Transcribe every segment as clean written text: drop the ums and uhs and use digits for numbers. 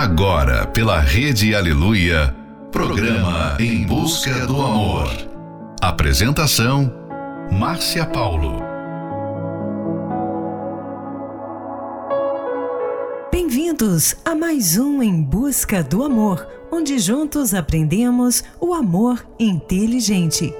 Agora, pela Rede Aleluia, programa Em Busca do Amor. Apresentação, Márcia Paulo. Bem-vindos a mais um Em Busca do Amor, onde juntos aprendemos o amor inteligente.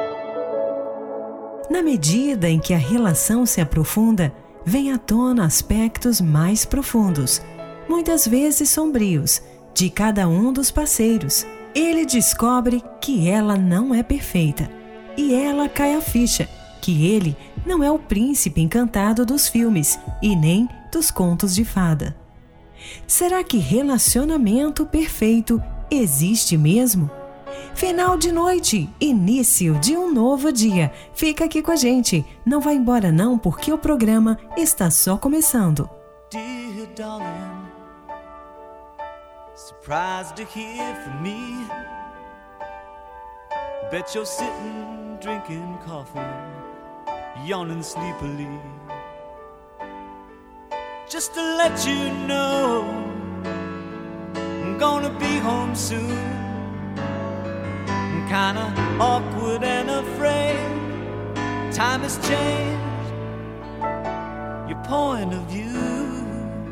Na medida em que a relação se aprofunda, vem à tona aspectos mais profundos, muitas vezes sombrios, de cada um dos parceiros. Ele descobre que ela não é perfeita e ela cai a ficha que ele não é o príncipe encantado dos filmes e nem dos contos de fada. Será que relacionamento perfeito existe mesmo? Final de noite, início de um novo dia. Fica aqui com a gente. Não vai embora não, porque o programa está só começando. Dear darling, surprised to hear from me. Bet you're sitting, drinking coffee, yawning sleepily. Just to let you know, I'm gonna be home soon. I'm kinda awkward and afraid. Time has changed your point of view.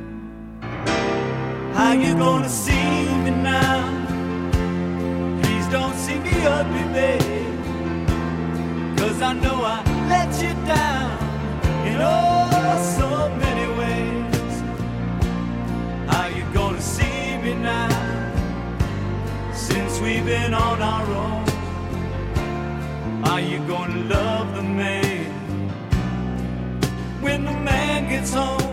How you gonna see me now? Please don't see me ugly, babe, 'cause I know I let you down in oh so many ways. How you gonna see me now? Since we've been on our own, are you gonna love the man when the man gets home?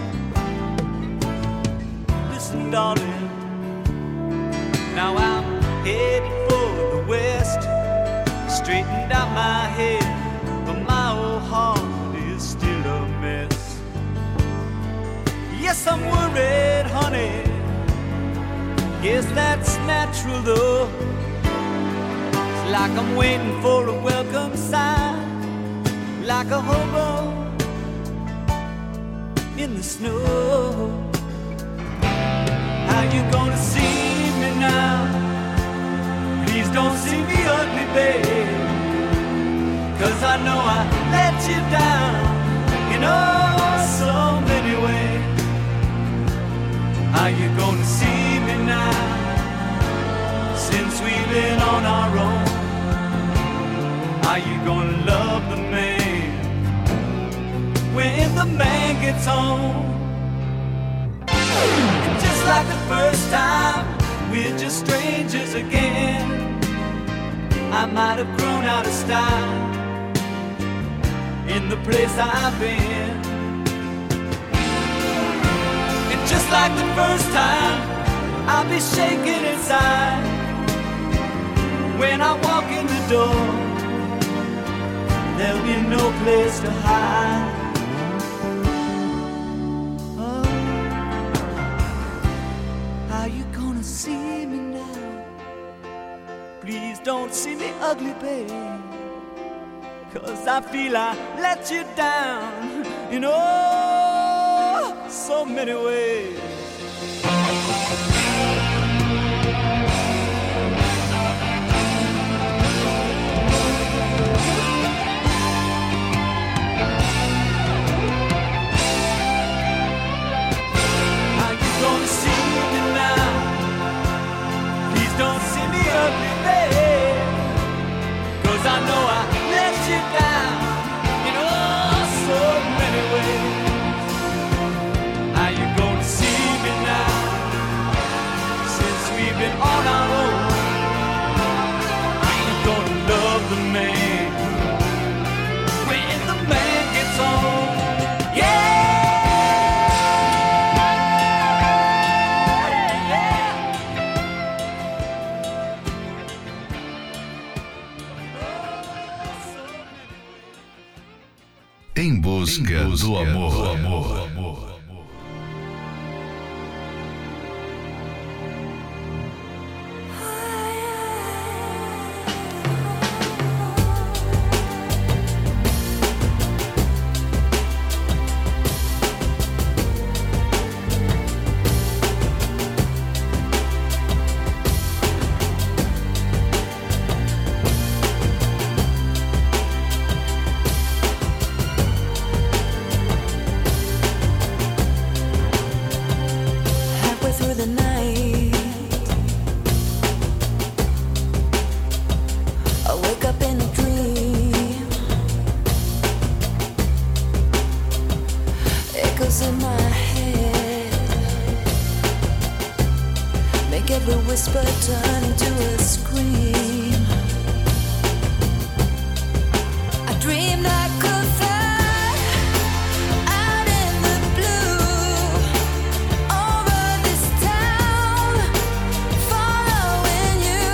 Listen, darling, now I'm headed for the west. Straightened out my head, but my old heart is still a mess. Yes, I'm worried, honey. Guess that's natural though. It's like I'm waiting for a welcome sign, like a hobo in the snow. How you gonna see me now? Please don't see me ugly, babe, 'cause I know I let you down in oh so many ways. How you gonna see me now? Since we've been on our own, are you gonna love the man when the man gets home? And just like the first time, we're just strangers again. I might have grown out of style in the place I've been. And just like the first time, I'll be shaking inside when I walk in the door. There'll be no place to hide. Oh, how you gonna see me now? Please don't see me ugly, babe, 'cause I feel I let you down in oh so many ways. Don't see me ugly, babe, 'cause I know I let you down in oh so many ways. How you gonna see me now? Since we've been on our own, are you gonna love the man when the man gets home? Yeah. Em busca do amor. in my head, make every whisper turn into a scream. I dreamed I could fly out in the blue over this town, following you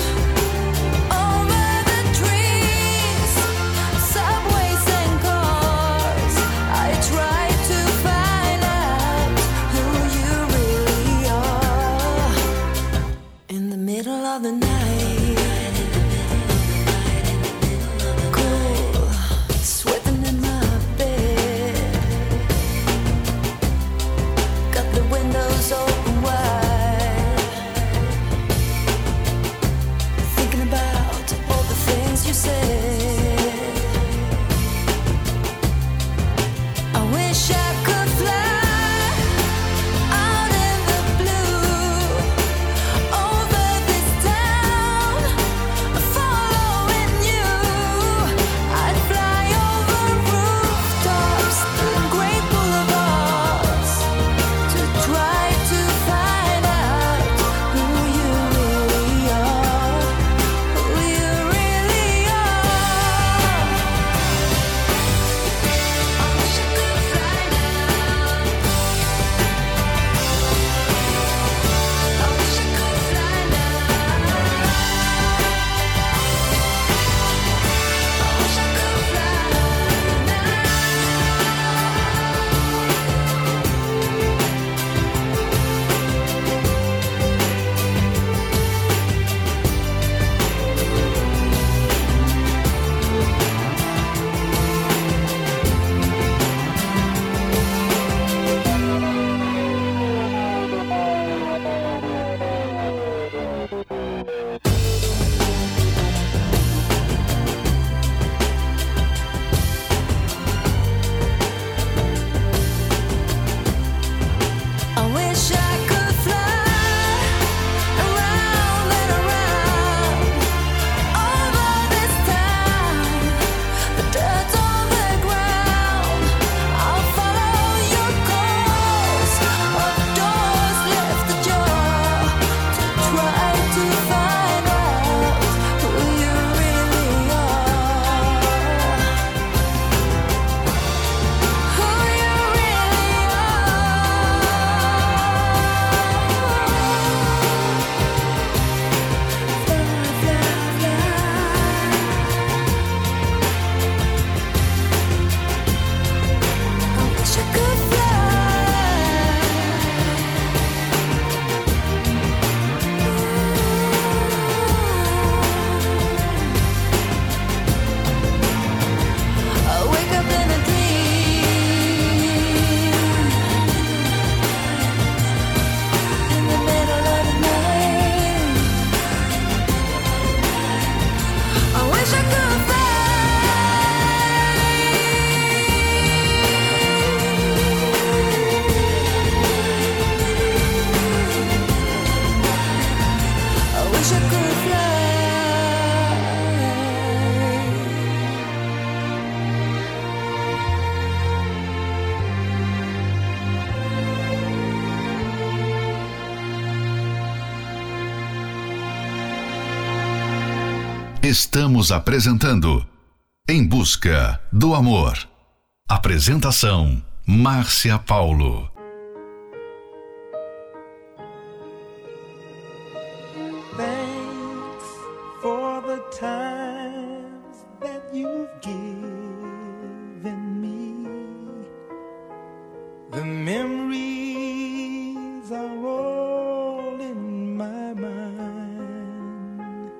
over the trees, subways and cars. I tried to find out who you really are. In the middle of the night, open wide, thinking about all the things you said. I wish I could fly out in the blue over this town, following you. I'd fly over rooftops and great boulevards to try to find out who you really are, who you really are. I wish I could fly now. I wish I could fly now. I wish I could fly I wish I could fly around and around over this town, the dirt on the ground. I'll follow your calls of doors left ajar to try to find out who you really are, who you really I wish I could fly. I wake up in a dream in the middle of the night. I wish I could fly. I wish I could fly. Estamos apresentando Em Busca do Amor. Apresentação: Márcia Paulo. Thanks for the times that you've given me. The memories are all in my mind.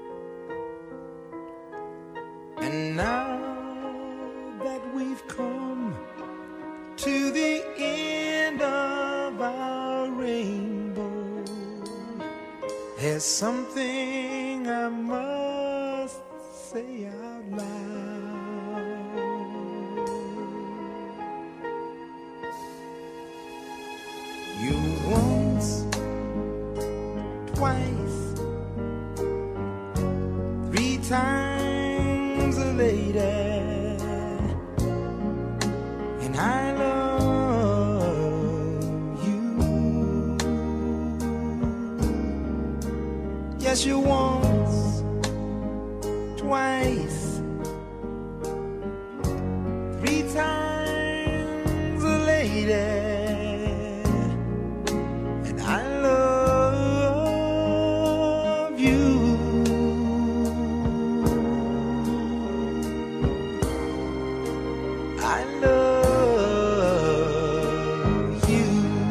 And now that we've come to the end of our rainbow, there's something I must say out loud. You once, twice, three times a lady, and I love bless you once, twice, 3 times a lady, and I love you. I love you.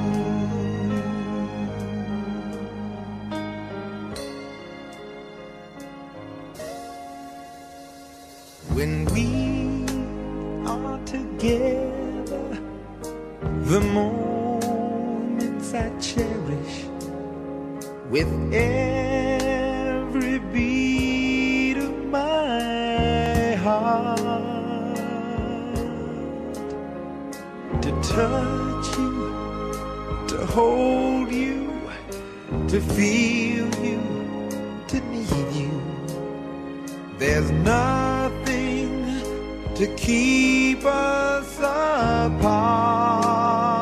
When we are together, the moments I cherish with every beat of my heart. To touch you, to hold you, to feel you, to need you. There's nothing to keep us apart.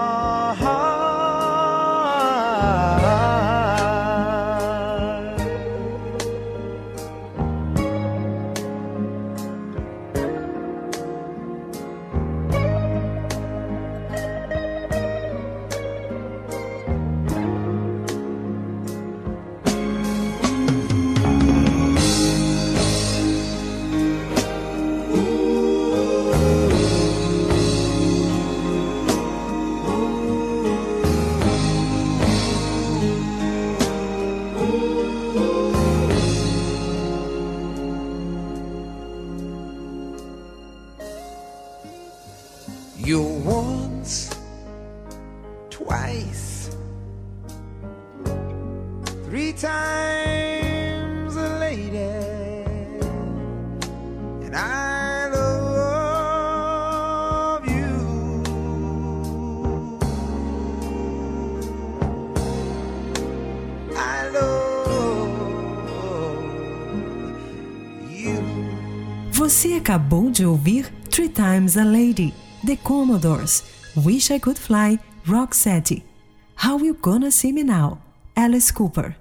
You're once, twice, 3 times a lady, and I love you. I love you. Você acabou de ouvir 3 Times a Lady, The Commodores, Wish I Could Fly, Roxette, How You Gonna See Me Now, Alice Cooper.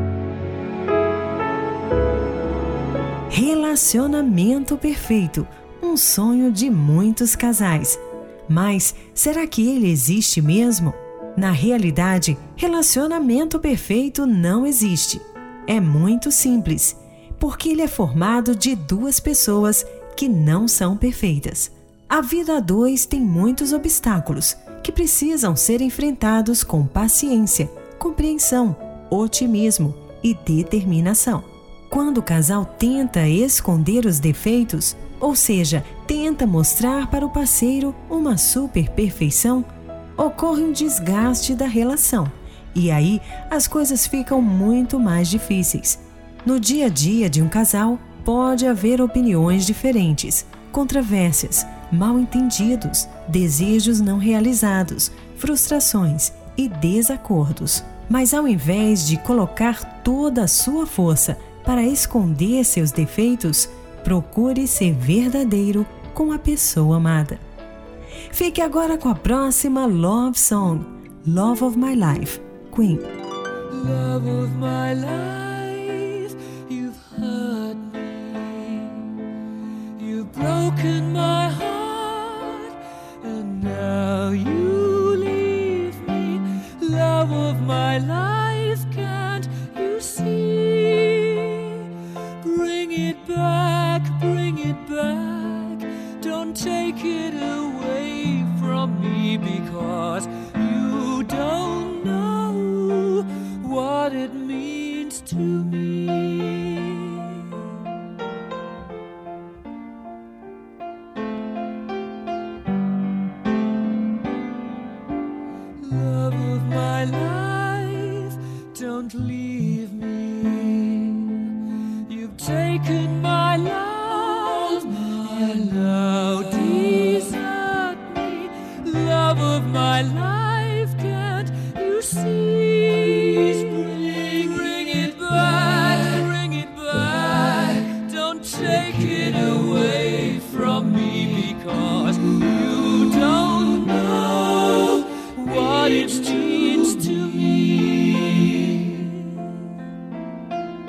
Relacionamento perfeito, um sonho de muitos casais. Mas será que ele existe mesmo? Na realidade, relacionamento perfeito não existe. É muito simples, porque ele é formado de 2 pessoas que não são perfeitas. A vida a 2 tem muitos obstáculos que precisam ser enfrentados com paciência, compreensão, otimismo e determinação. Quando o casal tenta esconder os defeitos, ou seja, tenta mostrar para o parceiro uma super perfeição, ocorre um desgaste da relação e aí as coisas ficam muito mais difíceis. No dia a dia de um casal, pode haver opiniões diferentes, controvérsias, mal-entendidos, desejos não realizados, frustrações e desacordos. Mas ao invés de colocar toda a sua força para esconder seus defeitos, procure ser verdadeiro com a pessoa amada. Fique agora com a próxima Love Song, Love of My Life, Queen. Love of my life, you've hurt me, you've broken my heart, and now you leave me. Love of my life, can't you see? Bring it back, don't take it away from me, because you don't know what it means to me. Love of my life, don't leave me. You've taken my love, and now desert me. Love of my life, can't you see? Bring it back, don't take it away from me, because you don't know what it means to me.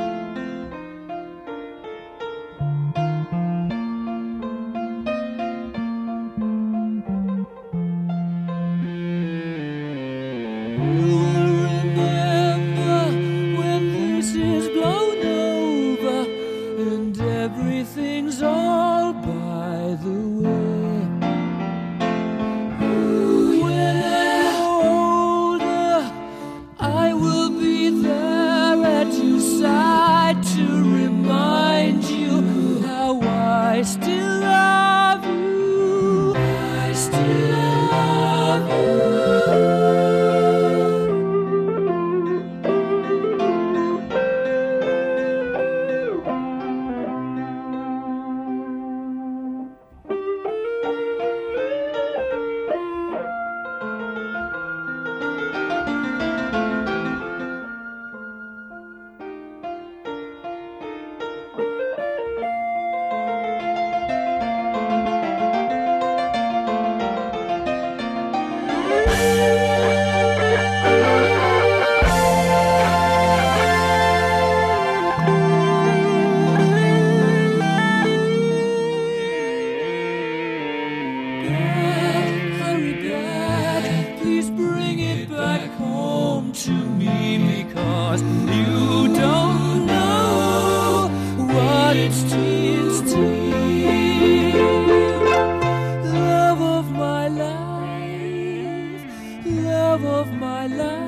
remember when this is blown over and everything's all by the way. When I'm older, I will be there at your side to remind you how I still love you. I still love you. Hurry back, please bring it back home to me, because you don't know what it's to love of my life, love of my life.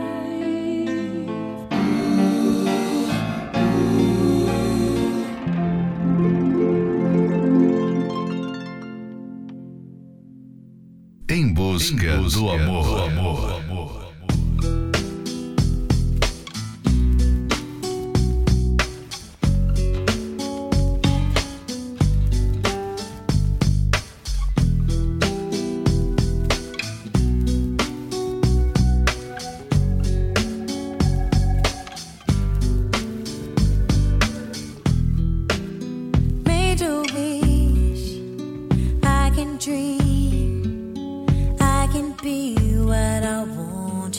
Em busca do amor. Made a wish, I can dream, I can be what I want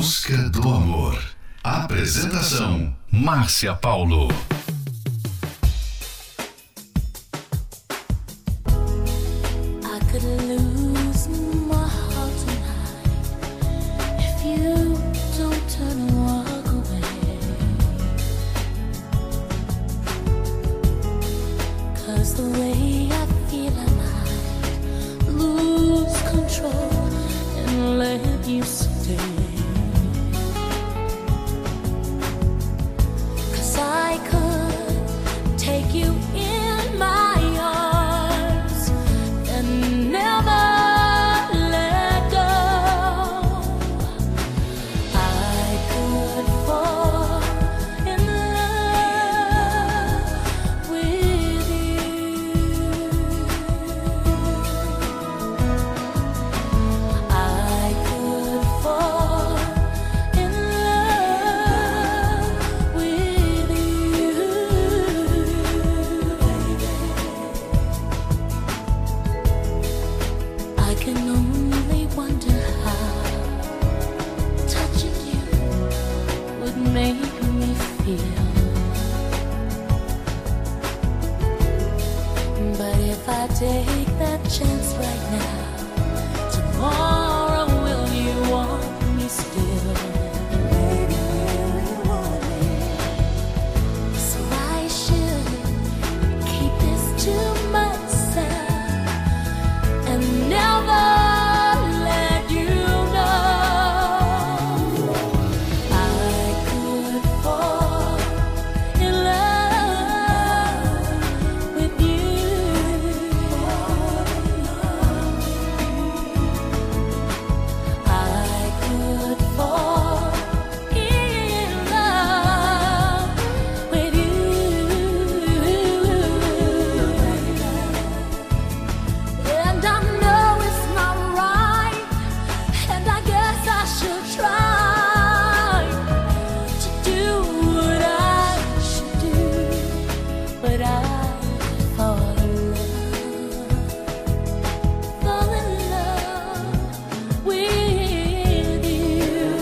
busca do amor. Apresentação: Márcia Paulo. I could lose my heart tonight if you don't turn and walk away. 'Cause the way I feel I might lose control and let you stay. 'Cause I could take you in my arms and never let go. I could fall in love with you. I could fall in love with you, baby. I can only wonder how touching you would make me feel. But if I take that chance right now, tomorrow will you want me still? Baby, will you want me? So I should keep this to myself and never let you know. I could fall in love with you. I could fall in love with you. And I know it's not right, and I guess I should try to do what I should do, but I fall in love with you.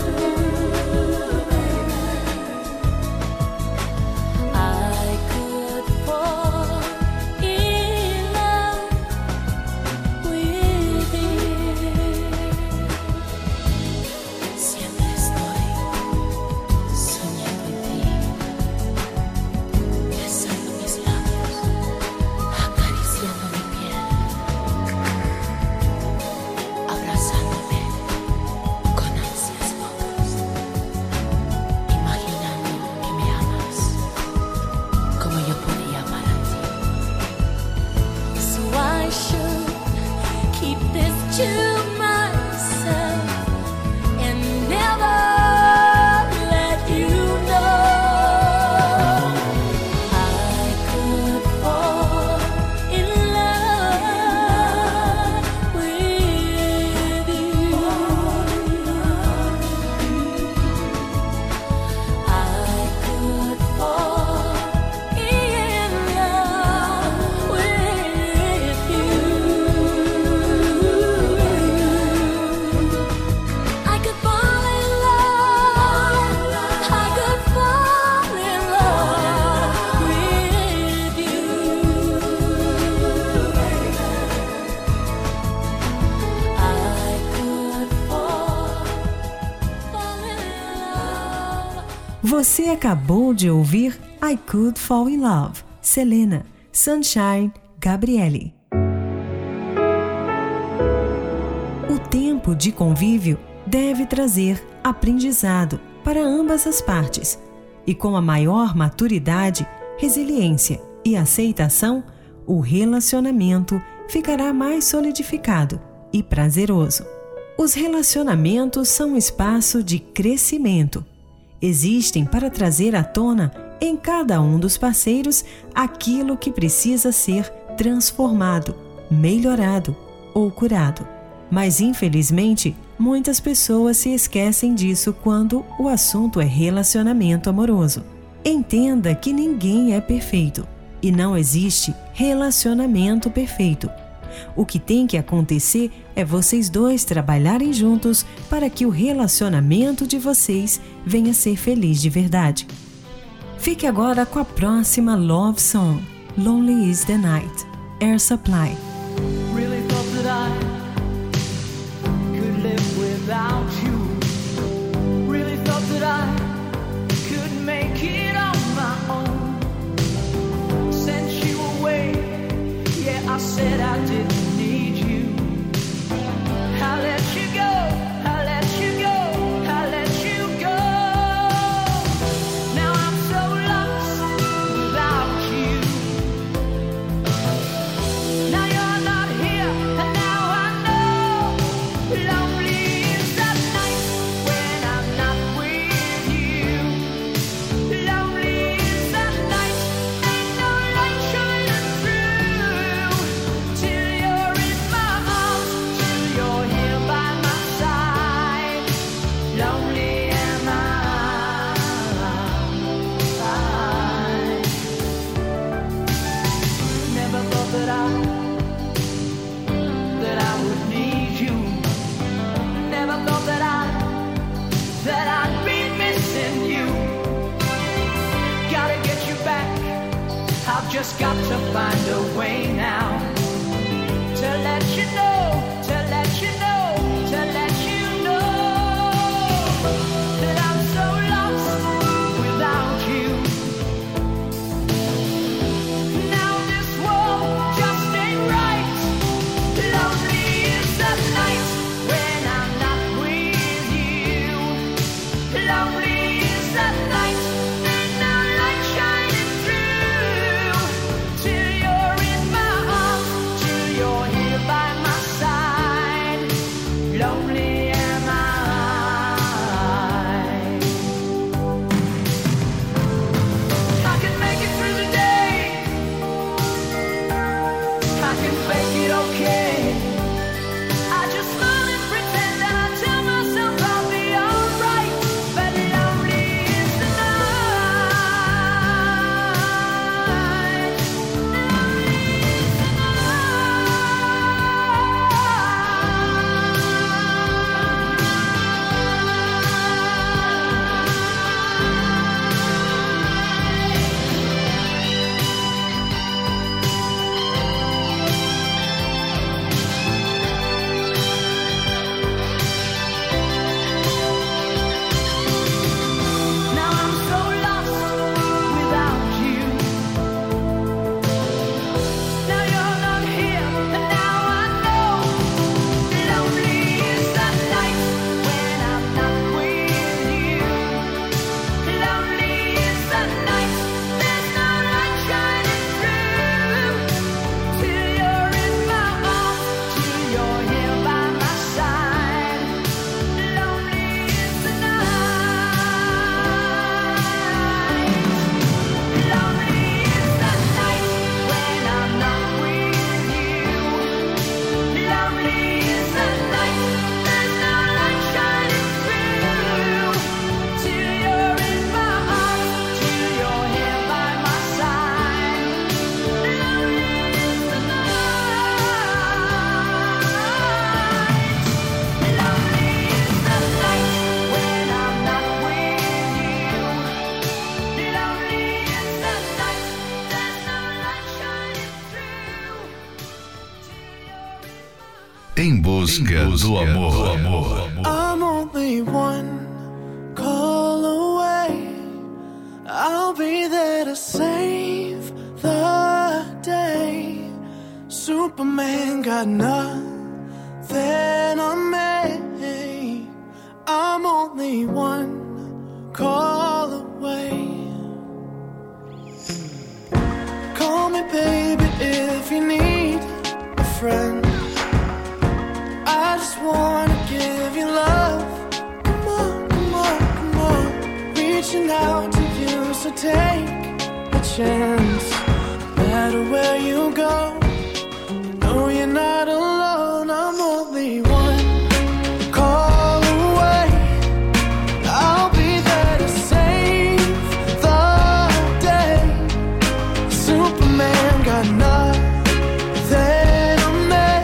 I could fall in love with you. Siempre estoy soñando en ti, besando mis labios, acariciando mi piel, abrazándome con ansias locas, imaginando que me amas como yo podía amar a ti. So I should keep this to myself and never let you know. I could fall in love with you. I could fall in love with you. I could fall in love. I could fall in love with you. I could fall in love. Você acabou de ouvir I Could Fall in Love, Selena, Sunshine, Gabriele. O tempo de convívio deve trazer aprendizado para ambas as partes e, com a maior maturidade, resiliência e aceitação, o relacionamento ficará mais solidificado e prazeroso. Os relacionamentos são um espaço de crescimento. Existem para trazer à tona em cada um dos parceiros aquilo que precisa ser transformado, melhorado ou curado. Mas, infelizmente, muitas pessoas se esquecem disso quando o assunto é relacionamento amoroso. Entenda que ninguém é perfeito e não existe relacionamento perfeito. O que tem que acontecer é vocês dois trabalharem juntos para que o relacionamento de vocês venha a ser feliz de verdade. Fique agora com a próxima Love Song, Lonely is the Night, Air Supply. Really thought that I could live without you. Really thought that I could make it on my own. Sent you away, yeah, I said I didn't need you. I let you go, I let you go, I let you go. Now I'm so lost without you. Now you're not here, and now I know. Lonely is that night when I'm not with you. Lonely is that night, ain't no light shining through. Till you're in my arms, till you're here by my side. Lonely am I. Never thought that I would need you. Never thought that I'd be missing you. Gotta get you back. I've just got to find a way now to let you know, to let you know, to let you know that I'm so lost without you. Now this world just ain't right. Lonely is that night when I'm not with you. Lonely is that night, ain't no light shining through. Till you're in my arms, till you're here by my side. Lonely am I. I can make it through the day. I can fake it okay. I just smile and pretend and I tell myself I'll be alright. But lonely is the night. Lonely is the Now I'm so lost without you. Now you're not here, and now I know. Lonely is that night when I'm not with you. Lonely is that night, there's no light shining through. Till you're in my arms, till you're here by my side. Lonely is the night. Lonely is that night when I'm not with you. Lonely is that night, there's no light shining through. Till you're in my arms, till you're here by my side. Lonely is the night. Lonely is that night when I'm not with you. Lonely is that night, there's no light shining through. Em busca do amor. I'm only one call away. I'll be there to save the day. Superman got nothing on me. I'm only one call away. Call me baby if you need a friend. I just wanna give you love. Come on, come on, come on. Reaching out to you, so take a chance. No matter where you go, you know you're not alone. I'm only one call away. I'll be there to save the day. Superman got nothing on me.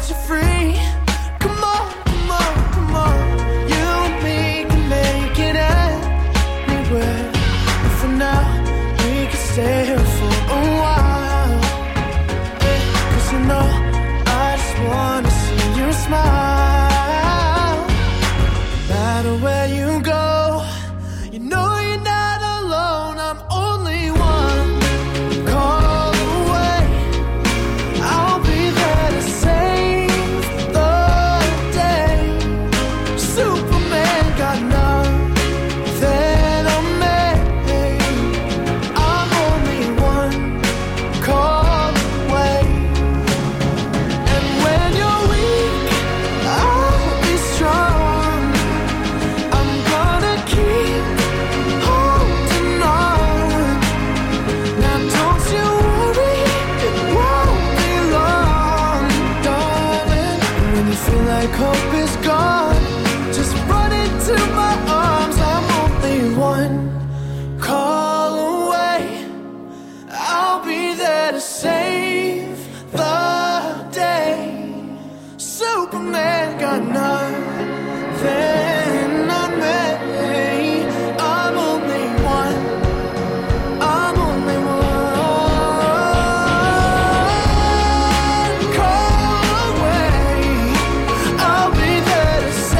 set you free. Come on, come on, come on. You and me can make it anywhere. But for now, we can stay here for a while. Yeah, 'cause you know, I just wanna see you smile. No matter where you go, you know you're not alone. I'm only one call away. I'll be there to save the day. Superman got nothing on me. I'm only one call away. And when you're weak, I'll be strong. I'm gonna keep holding on. Now don't you worry, it won't be long, darling. And when you feel like hope is gone, just run into my arms. I'm only one call away. I'll be there to save the day. Superman got nothing on me. I'm only one. I'm only one call away. I'll be there to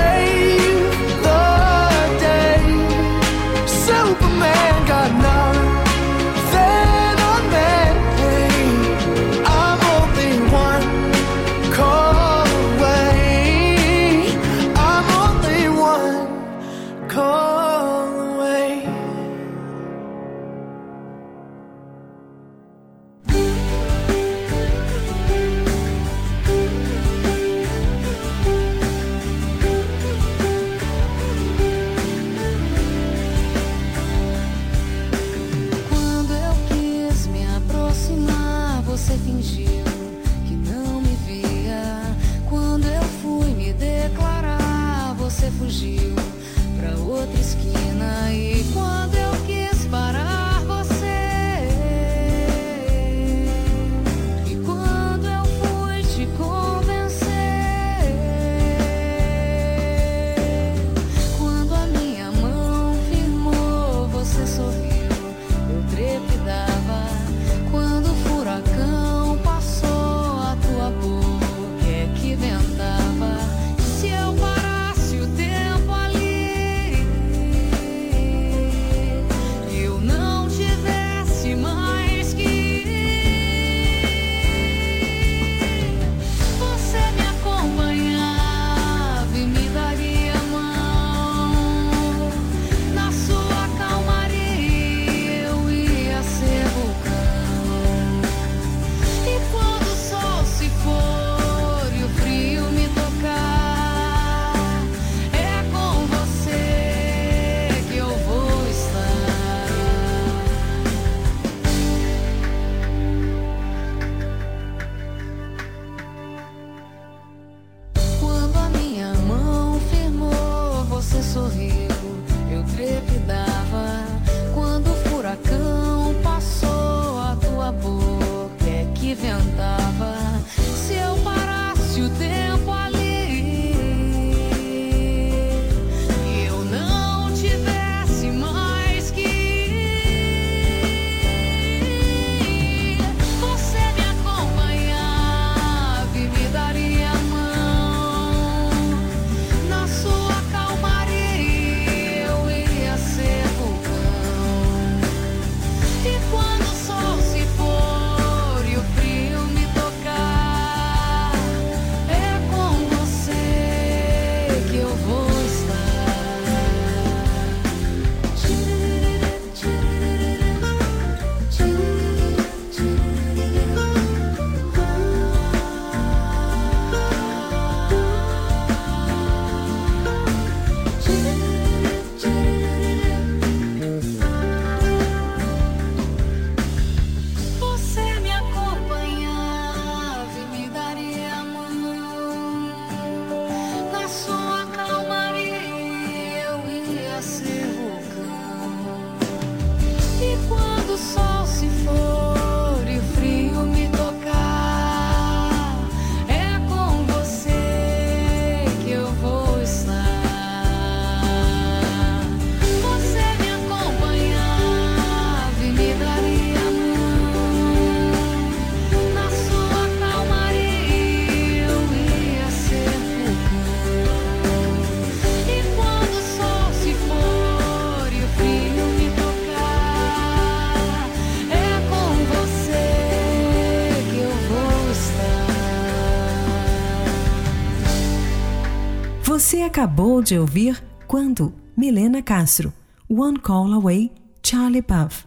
Você acabou de ouvir Quando, Milena Castro, One Call Away, Charlie Puth.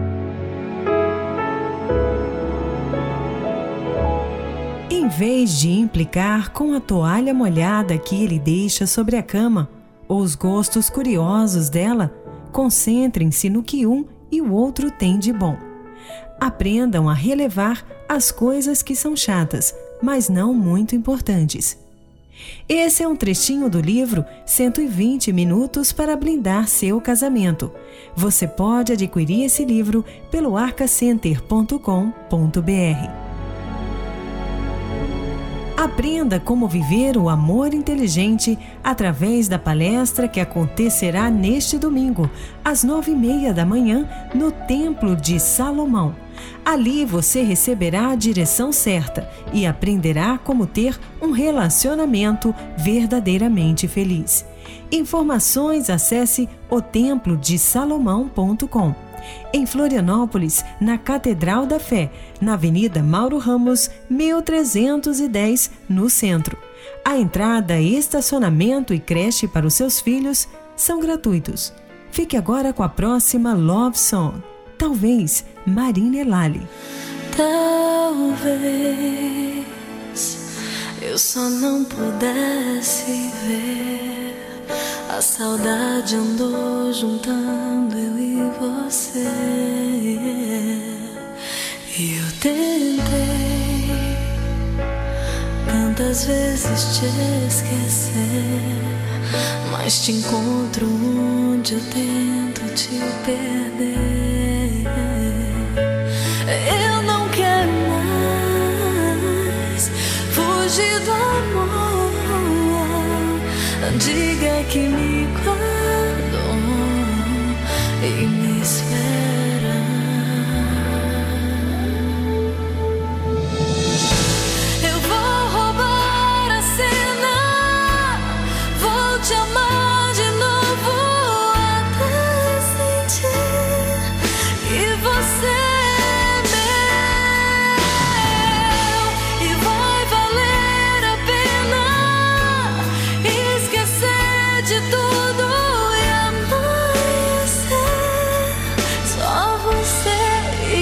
Em vez de implicar com a toalha molhada que ele deixa sobre a cama, ou os gostos curiosos dela, concentrem-se no que um e o outro têm de bom. Aprendam a relevar as coisas que são chatas, mas não muito importantes. Esse é um trechinho do livro 120 Minutos para Blindar Seu Casamento. Você pode adquirir esse livro pelo arcacenter.com.br. Aprenda como viver o amor inteligente através da palestra que acontecerá neste domingo, às 9h30 da manhã, no Templo de Salomão. Ali você receberá a direção certa e aprenderá como ter um relacionamento verdadeiramente feliz. Informações, acesse otemplodesalomão.com. Em Florianópolis, na Catedral da Fé, na Avenida Mauro Ramos, 1310, no centro. A entrada, estacionamento e creche para os seus filhos são gratuitos. Fique agora com a próxima Love Song, talvez Marina Elali. Talvez eu só não pudesse ver. A saudade andou juntando eu e você. E eu tentei tantas vezes te esquecer, mas te encontro onde eu tento te perder. Eu não quero mais fugir do amor. Diga que me guardou e me espera. Eu vou roubar a cena, vou te amar de novo até sentir que você é meu. E vai valer a pena de tudo e amanhecer, só você e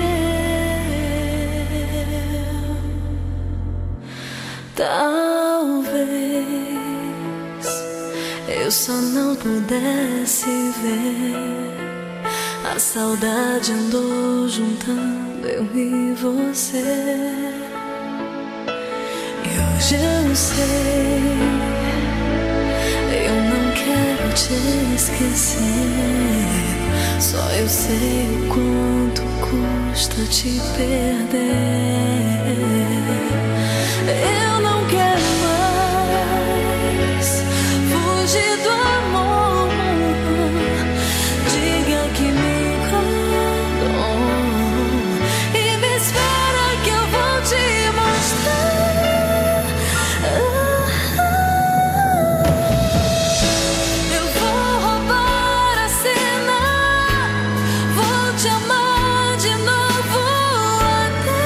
eu. Talvez eu só não pudesse ver. A saudade andou juntando eu e você. E hoje eu sei, eu não quero te esquecer. Só eu sei o quanto custa te perder. Eu não quero mais fugir do amor. Diga que me guardou e me espera que eu vou te mostrar. Eu vou roubar a cena, vou te amar de novo até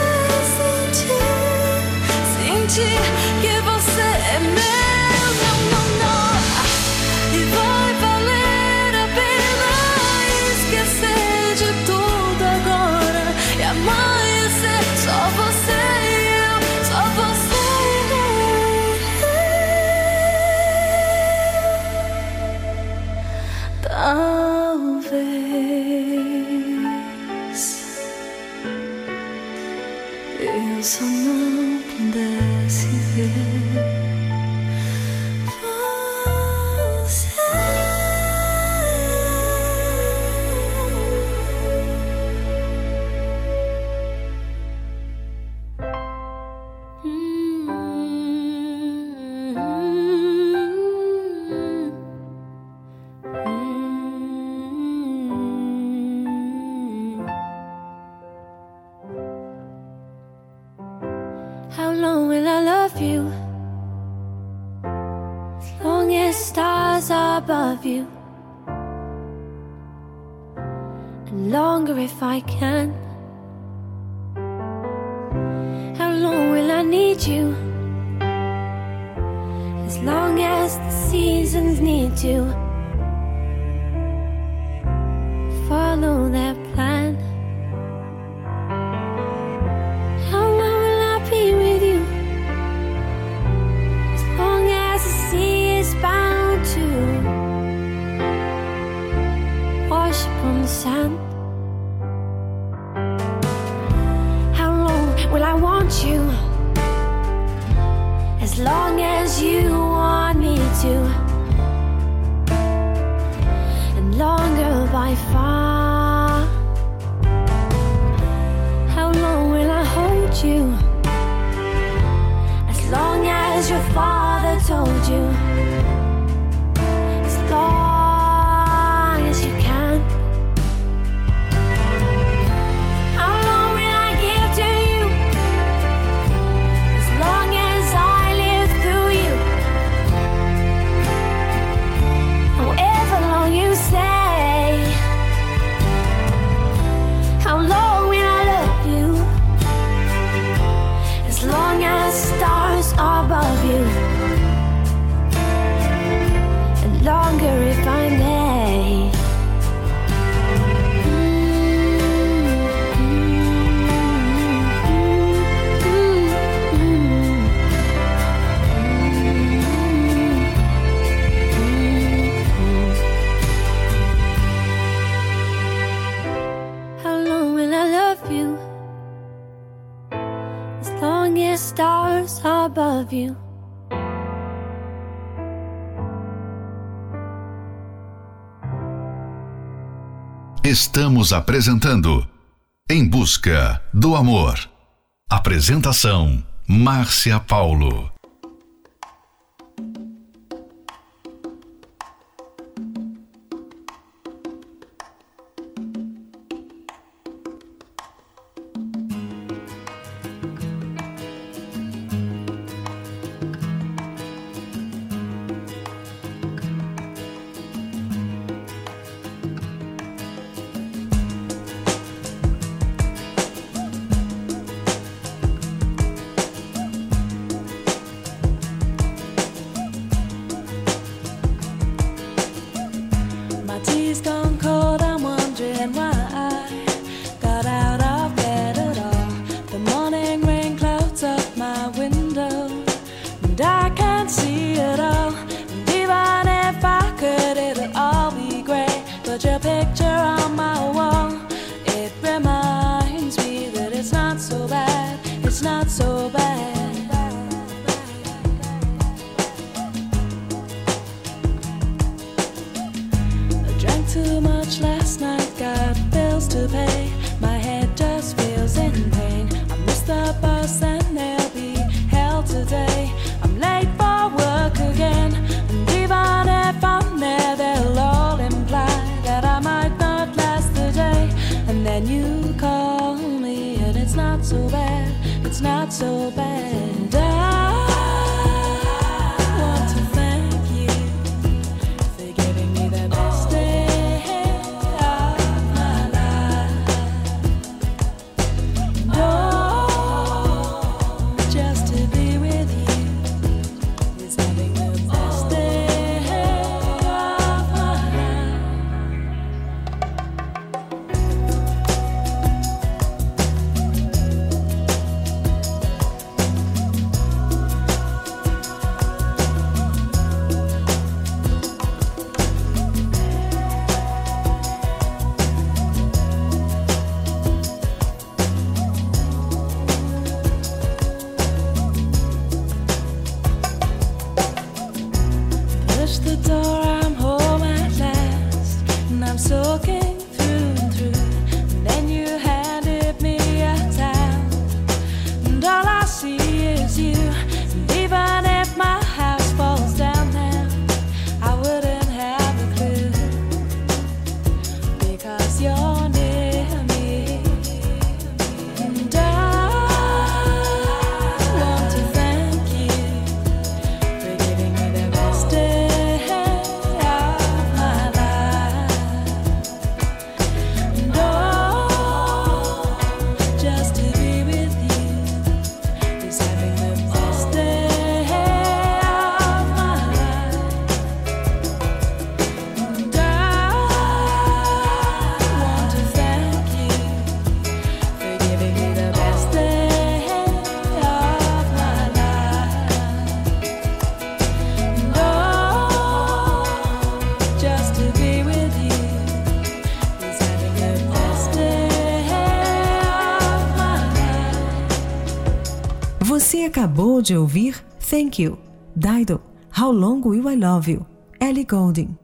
sentir que você é meu, não, não, não. E vai valer a pena esquecer de tudo agora e amanhecer só você e eu, só você e eu. Talvez eu só não pudesse ver você. How long will I love you? As long as stars are above you, and longer if I can. How long will I need you? As long as as the seasons need to follow their plan. How long will I be with you? As long as the sea is bound to wash upon the sand. How long will I want you? As long as you want me to, and longer by far. How long will I hold you? As long as your father told you. As long as you can. How long will I give to you? As long as I live through you. However long you say. How long will I love you? As long as stars are above you. And longer if I may. How long will I love you? As long as stars are above you. Estamos apresentando Em Busca do Amor. Apresentação: Márcia Paulo. My tea's gone cold, I'm wondering why I got out of bed at all. The morning rain clouds up my window, and I can't see it all. And even if I could, it'd all be great. But your picture on my wall, it reminds me that it's not so bad, it's not so bad. Drank too much last night, got bills to pay. My head just feels in pain. I missed the bus and they'll be hell today. I'm late for work again. And even if I'm there, they'll all imply that I might not last the day. And then you call me and it's not so bad, it's not so bad. I want to thank you for giving me the best day of my life. Oh, just to be with you is having the best day of my life. Você acabou de ouvir Thank You, Dido, How Long Will I Love You, Ellie Goulding.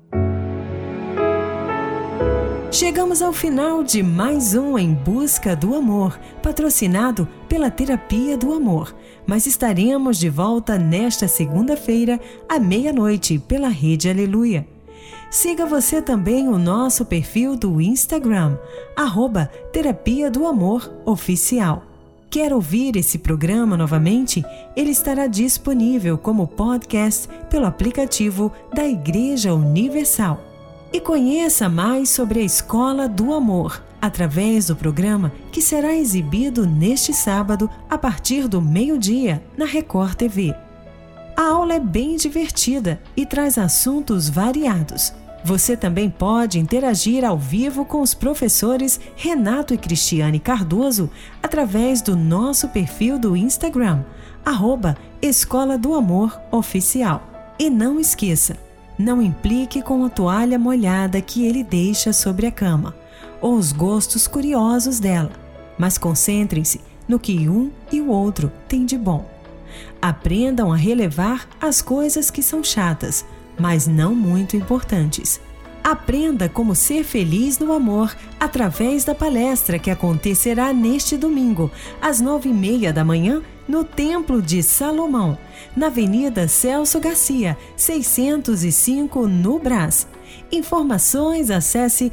Chegamos ao final de mais um Em Busca do Amor, patrocinado pela Terapia do Amor. Mas estaremos de volta nesta segunda-feira, à meia-noite, pela Rede Aleluia. Siga você também o nosso perfil do Instagram, @Terapia do Amor Oficial. Quer ouvir esse programa novamente? Ele estará disponível como podcast pelo aplicativo da Igreja Universal. E conheça mais sobre a Escola do Amor, através do programa que será exibido neste sábado a partir do meio-dia na Record TV. A aula é bem divertida e traz assuntos variados. Você também pode interagir ao vivo com os professores Renato e Cristiane Cardoso através do nosso perfil do Instagram, @Escola do Amor Oficial. E não esqueça, não implique com a toalha molhada que ele deixa sobre a cama, ou os gostos curiosos dela, mas concentrem-se no que um e o outro têm de bom. Aprendam a relevar as coisas que são chatas, mas não muito importantes. Aprenda como ser feliz no amor através da palestra que acontecerá neste domingo, às 9h30 da manhã, no Templo de Salomão, na Avenida Celso Garcia, 605, no Brás. Informações, acesse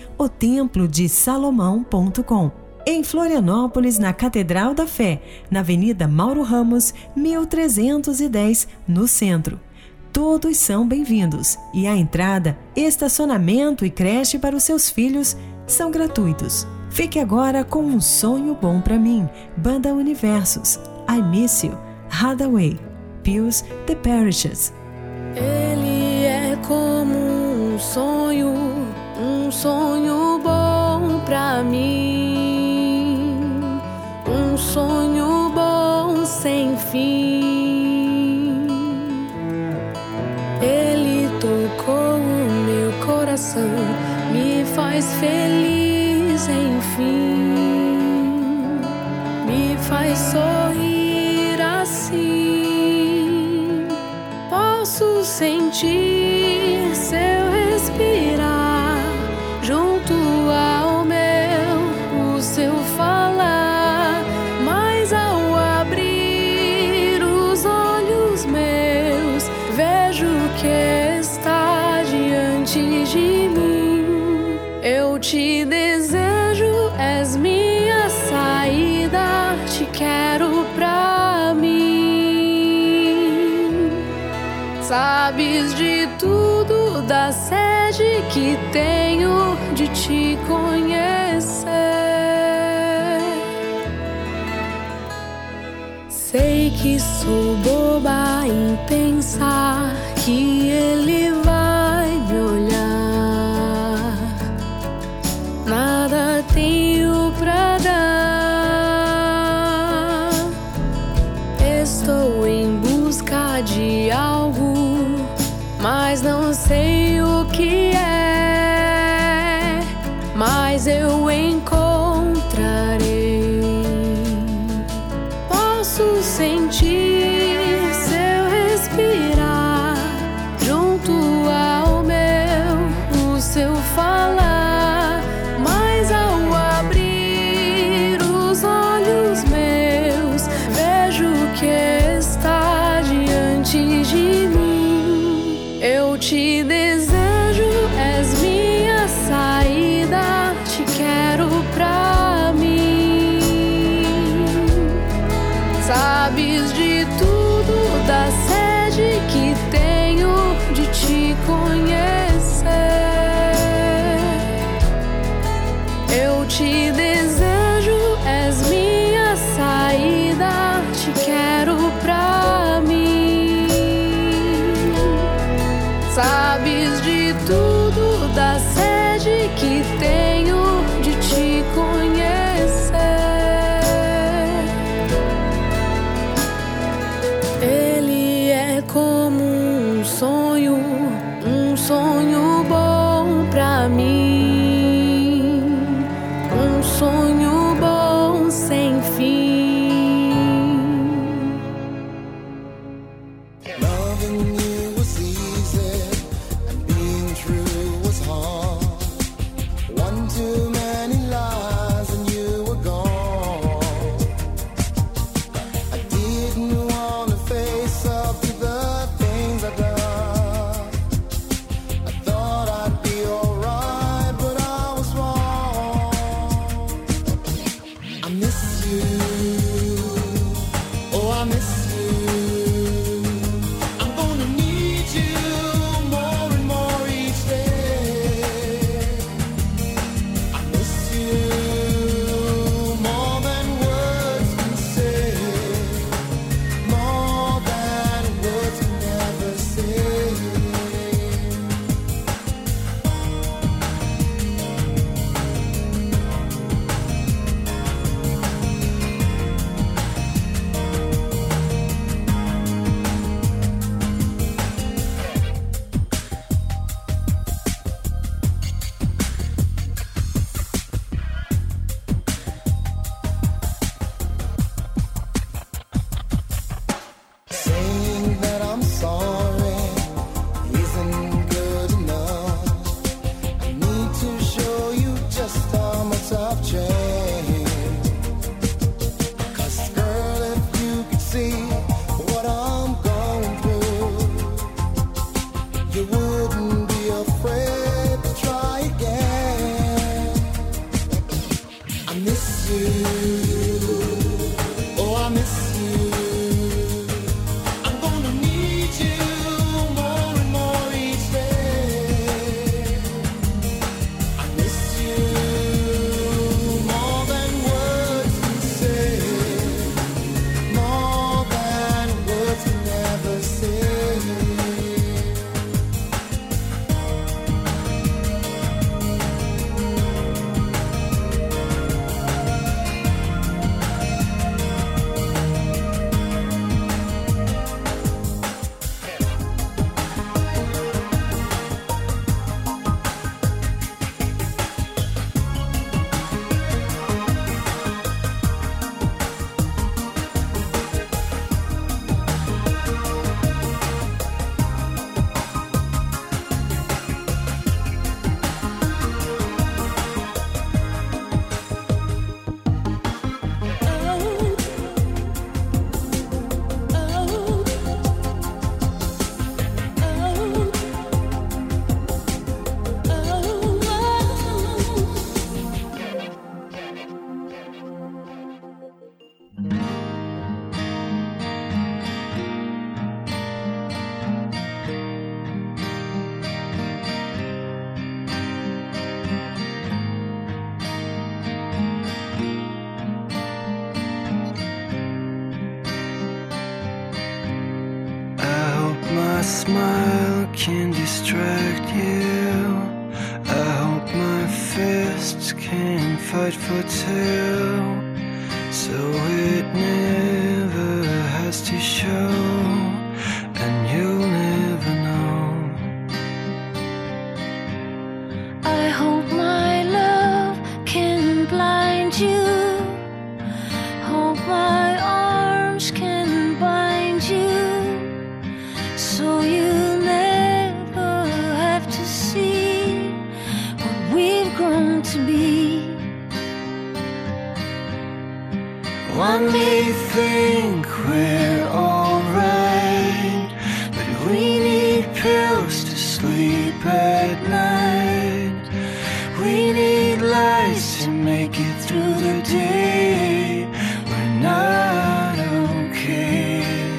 otemplodesalomão.com. Em Florianópolis, na Catedral da Fé, na Avenida Mauro Ramos, 1310, no centro. Todos são bem-vindos e a entrada, estacionamento e creche para os seus filhos são gratuitos. Fique agora com Um Sonho Bom Pra Mim, Banda Universos, I Miss You, Hathaway, Pius The Parishes. Ele é como um sonho bom pra mim, um sonho bom sem fim. Ele tocou o meu coração, me faz feliz, enfim, me faz sorrir assim. Posso sentir seu respirar junto ao meu, o seu falar, mas ao abrir os olhos meus, vejo que está diante de mim. Eu te desejo, és minha saída, te quero pra mim. Sabes de tudo, da sede que tenho de te conhecer. Sei que sou boba em pensar que ele vai me olhar. Nada tenho pra dar. Estou em busca de algo, mas não sei o que é. Mas eu encontrarei. Posso sentir seu respirar junto ao meu, o seu falar, mas ao abrir os olhos meus, vejo que está diante de mim. Eu te desejo, és minha saída, te quero pra mim. Sabes de tudo, da sede que tenho de te conhecer. Eu te desejo, és minha saída, te quero pra mim. Sabes de tudo, da sede que tenho de te conhecer. Ele é como um sonho bom pra mim, um sonho bom sem fim. smile can distract you. I hope my fists can fight for two, so it never has to show, and you'll never know. I hope my love can blind you. Hope my arms can bind you, so you never have to see what we've grown to be. One may think we're alright, but we need pills to sleep at night. We need lights to make it through the day. We're not okay.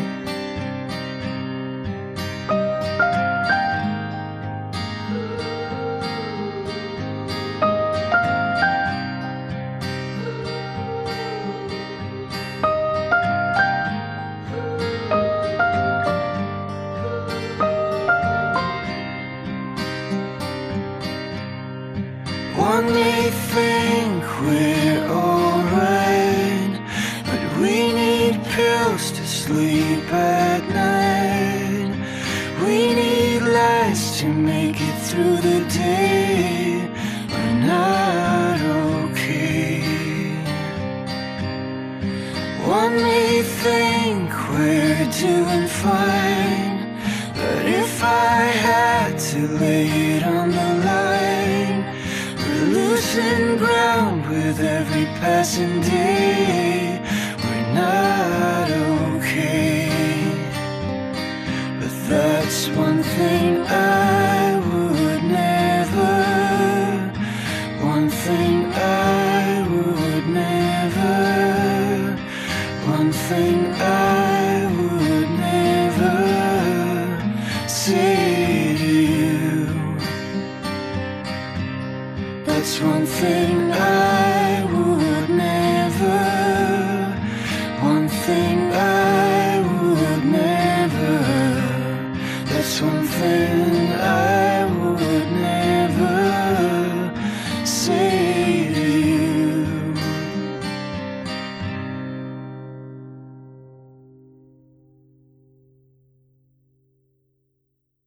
One may think we're alright, but we need pills to sleep at night. We need lights to make it through the day. We're not okay. One may think we're doing fine, but if I had to lay it on the line, losing ground with every passing day. We're not okay, but that's one thing I would never, one thing I would never, one thing I everything